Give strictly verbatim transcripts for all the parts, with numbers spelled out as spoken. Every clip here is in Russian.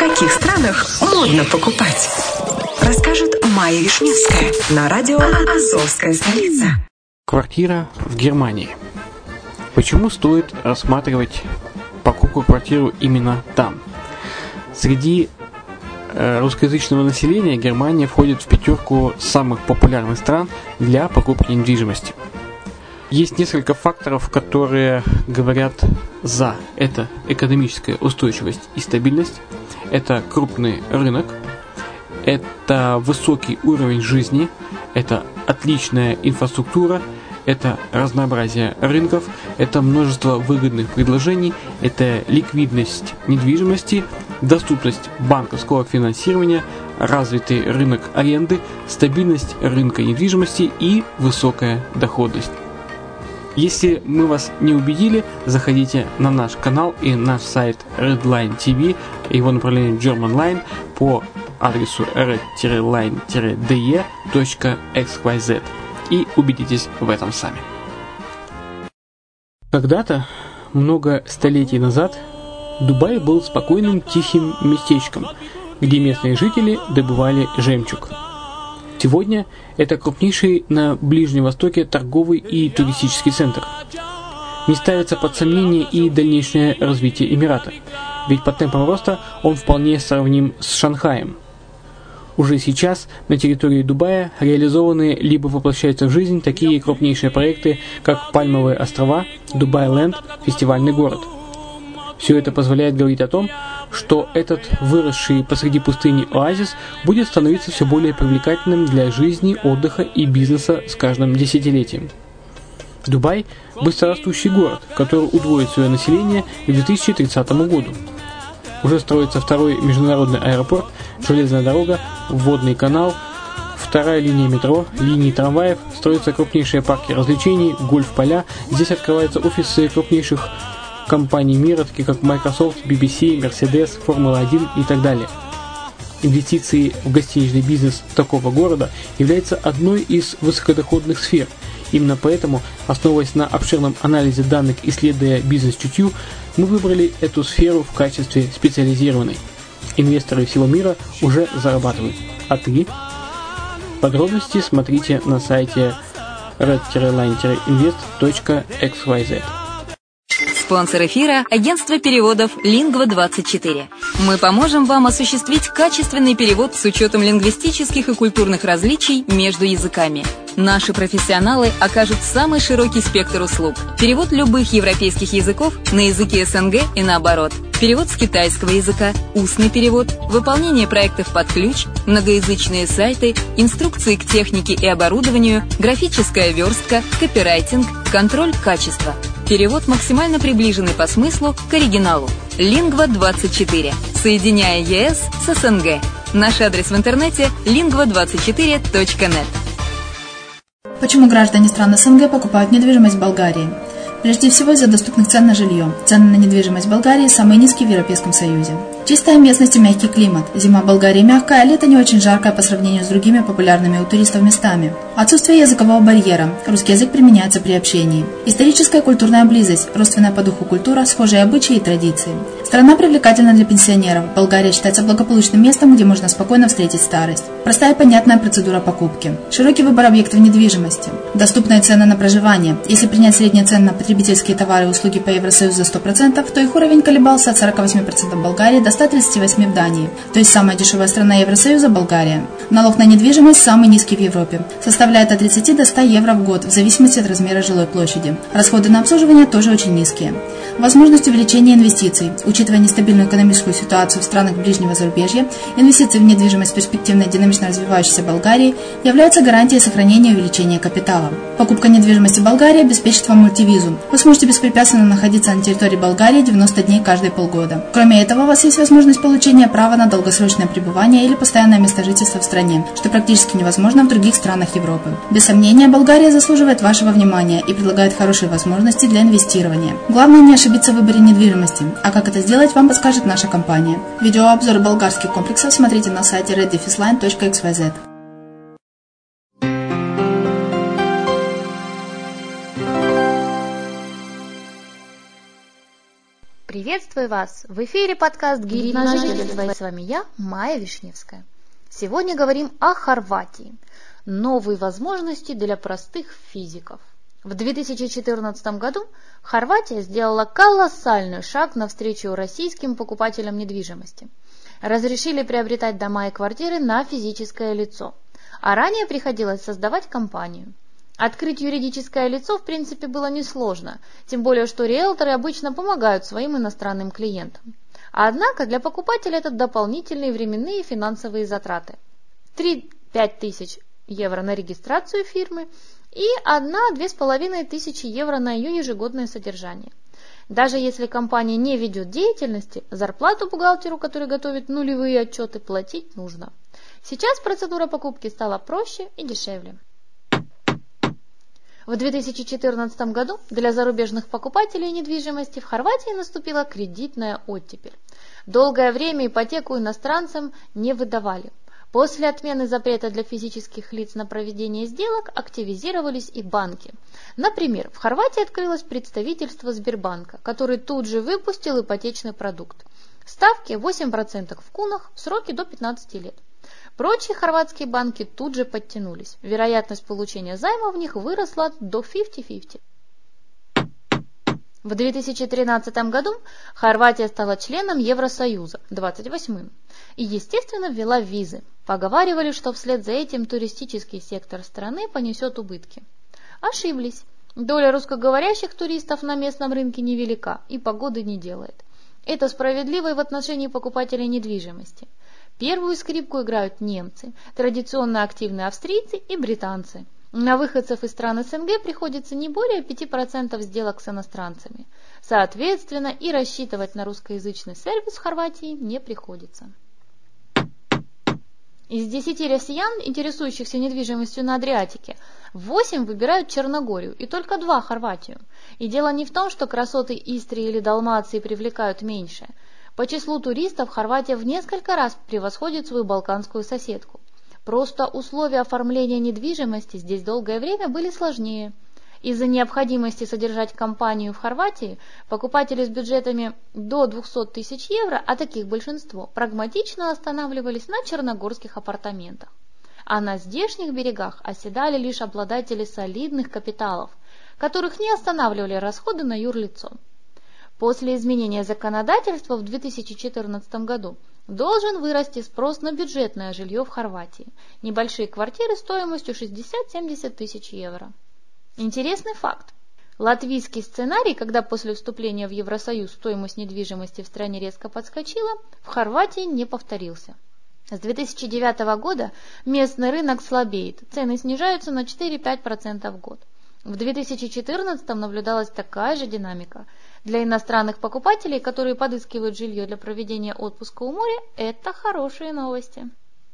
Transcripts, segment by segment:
каких странах модно покупать? Расскажет Майя Вишневская на радио «Азовская столица». Квартира в Германии. Почему стоит рассматривать покупку квартиры именно там? Среди э, русскоязычного населения Германия входит в пятерку самых популярных стран для покупки недвижимости. Есть несколько факторов, которые говорят за. Это экономическая устойчивость и стабильность, это крупный рынок, это высокий уровень жизни, это отличная инфраструктура, это разнообразие рынков, это множество выгодных предложений, это ликвидность недвижимости, доступность банковского финансирования, развитый рынок аренды, стабильность рынка недвижимости и высокая доходность. Если мы вас не убедили, заходите на наш канал и наш сайт Redline ти ви, его направление Germanline по адресу red line de точка экс уай зет и убедитесь в этом сами. Когда-то, много столетий назад, Дубай был спокойным тихим местечком, где местные жители добывали жемчуг. Сегодня это крупнейший на Ближнем Востоке торговый и туристический центр. Не ставится под сомнение и дальнейшее развитие Эмирата, ведь по темпам роста он вполне сравним с Шанхаем. Уже сейчас на территории Дубая реализованы либо воплощаются в жизнь такие крупнейшие проекты, как Пальмовые острова, Дубай-Ленд, фестивальный город. Все это позволяет говорить о том, что этот выросший посреди пустыни оазис будет становиться все более привлекательным для жизни, отдыха и бизнеса с каждым десятилетием. Дубай – быстрорастущий город, который удвоит свое население к две тысячи тридцатому году. Уже строится второй международный аэропорт, железная дорога, водный канал, вторая линия метро, линии трамваев, строятся крупнейшие парки развлечений, гольф-поля. Здесь открываются офисы крупнейших компаний мира, таких как Microsoft, би би си, Mercedes, Формула один и так далее. Инвестиции в гостиничный бизнес такого города являются одной из высокодоходных сфер. Именно поэтому, основываясь на обширном анализе данных, исследуя бизнес-чутью, мы выбрали эту сферу в качестве специализированной. Инвесторы всего мира уже зарабатывают. А ты? Подробности смотрите на сайте red line invest точка экс уай зет. Спонсор эфира – агентство переводов Lingva двадцать четыре. Мы поможем вам осуществить качественный перевод с учетом лингвистических и культурных различий между языками. Наши профессионалы окажут самый широкий спектр услуг. Перевод любых европейских языков на языки эс эн гэ и наоборот. Перевод с китайского языка, устный перевод, выполнение проектов под ключ, многоязычные сайты, инструкции к технике и оборудованию, графическая верстка, копирайтинг, контроль качества. Перевод максимально приближенный по смыслу к оригиналу. Lingva двадцать четыре. Соединяя е эс с эс эн гэ. Наш адрес в интернете lingva двадцать четыре точка нет. Почему граждане стран эс эн гэ покупают недвижимость в Болгарии? Прежде всего из-за доступных цен на жилье. Цены на недвижимость в Болгарии самые низкие в Европейском Союзе. Чистая местность и мягкий климат. Зима в Болгарии мягкая, а лето не очень жаркое по сравнению с другими популярными у туристов местами. Отсутствие языкового барьера. Русский язык применяется при общении. Историческая и культурная близость. Родственная по духу культура, схожие обычаи и традиции. Страна привлекательна для пенсионеров. Болгария считается благополучным местом, где можно спокойно встретить старость. Простая и понятная процедура покупки. Широкий выбор объектов недвижимости. Доступные цены на проживание. Если принять средние цены на потребительские товары и услуги по Евросоюзу за сто процентов, то их уровень колебался от сорок восемь процентов в Болгарии до ста тридцати восьми процентов в Дании. То есть самая дешевая страна Евросоюза – Болгария. Налог на недвижимость самый низкий в Европе. Составляет от тридцати до ста евро в год, в зависимости от размера жилой площади. Расходы на обслуживание тоже очень низкие. Возможность увеличения инвестиций. Учитывая нестабильную экономическую ситуацию в странах ближнего зарубежья, инвестиции в недвижимость в перспективной динамично развивающейся Болгарии являются гарантией сохранения и увеличения капитала. Покупка недвижимости в Болгарии обеспечит вам мультивизу. Вы сможете беспрепятственно находиться на территории Болгарии девяносто дней каждые полгода. Кроме этого, у вас есть возможность получения права на долгосрочное пребывание или постоянное место жительства в стране, что практически невозможно в других странах Европы. Без сомнения, Болгария заслуживает вашего внимания и предлагает хорошие возможности для инвестирования. Главное не ошибиться в выборе недвижимости, а как это сделать, вам подскажет наша компания. Видеообзор болгарских комплексов смотрите на сайте red line точка экс уай зет. Приветствую вас! В эфире подкаст «Гид на жительство», и с вами я, Майя Вишневская. Сегодня говорим о Хорватии. Новые возможности для простых физиков. В две тысячи четырнадцатом году Хорватия сделала колоссальный шаг навстречу российским покупателям недвижимости. Разрешили приобретать дома и квартиры на физическое лицо, а ранее приходилось создавать компанию. Открыть юридическое лицо в принципе было несложно, тем более что риэлторы обычно помогают своим иностранным клиентам. Однако для покупателя это дополнительные временные и финансовые затраты. три-пять тысяч евро на регистрацию фирмы и одна-две с половиной тысячи евро на ее ежегодное содержание. Даже если компания не ведет деятельности, зарплату бухгалтеру, который готовит нулевые отчеты, платить нужно. Сейчас процедура покупки стала проще и дешевле. В две тысячи четырнадцатом году для зарубежных покупателей недвижимости в Хорватии наступила кредитная оттепель. Долгое время ипотеку иностранцам не выдавали. После отмены запрета для физических лиц на проведение сделок активизировались и банки. Например, в Хорватии открылось представительство Сбербанка, который тут же выпустил ипотечный продукт. Ставки восемь процентов в кунах, сроки до пятнадцати лет. Прочие хорватские банки тут же подтянулись. Вероятность получения займа в них выросла до пятьдесят на пятьдесят. В две тысячи тринадцатом году Хорватия стала членом Евросоюза, двадцать восьмым, и, естественно, ввела визы. Поговаривали, что вслед за этим туристический сектор страны понесет убытки. Ошиблись. Доля русскоговорящих туристов на местном рынке невелика и погоды не делает. Это справедливо и в отношении покупателей недвижимости. Первую скрипку играют немцы, традиционно активные австрийцы и британцы. На выходцев из стран СНГ приходится не более пяти процентов сделок с иностранцами. Соответственно, и рассчитывать на русскоязычный сервис в Хорватии не приходится. Из десяти россиян, интересующихся недвижимостью на Адриатике, восемь выбирают Черногорию и только два Хорватию. И дело не в том, что красоты Истрии или Далмации привлекают меньше. По числу туристов Хорватия в несколько раз превосходит свою балканскую соседку. Просто условия оформления недвижимости здесь долгое время были сложнее. Из-за необходимости содержать компанию в Хорватии покупатели с бюджетами до двухсот тысяч евро, а таких большинство, прагматично останавливались на черногорских апартаментах. А на здешних берегах оседали лишь обладатели солидных капиталов, которых не останавливали расходы на юрлицо. После изменения законодательства в две тысячи четырнадцатом году должен вырасти спрос на бюджетное жилье в Хорватии. Небольшие квартиры стоимостью шестьдесят-семьдесят тысяч евро. Интересный факт. Латвийский сценарий, когда после вступления в Евросоюз стоимость недвижимости в стране резко подскочила, в Хорватии не повторился. С две тысячи девятого года местный рынок слабеет, цены снижаются на четыре-пять процентов в год. В две тысячи четырнадцатом наблюдалась такая же динамика. Для иностранных покупателей, которые подыскивают жилье для проведения отпуска у моря, это хорошие новости.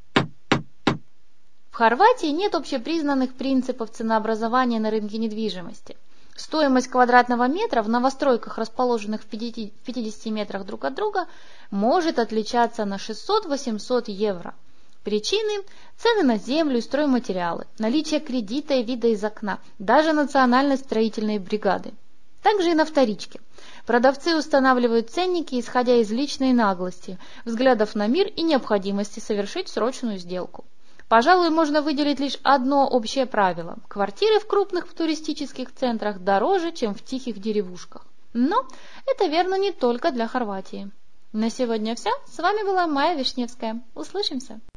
В Хорватии нет общепризнанных принципов ценообразования на рынке недвижимости. Стоимость квадратного метра в новостройках, расположенных в пятидесяти метрах друг от друга, может отличаться на шестьсот-восемьсот евро. Причины – цены на землю и стройматериалы, наличие кредита и вида из окна, даже национальной строительной бригады. Также и на вторичке. Продавцы устанавливают ценники, исходя из личной наглости, взглядов на мир и необходимости совершить срочную сделку. Пожалуй, можно выделить лишь одно общее правило. Квартиры в крупных туристических центрах дороже, чем в тихих деревушках. Но это верно не только для Хорватии. На сегодня все. С вами была Майя Вишневская. Услышимся!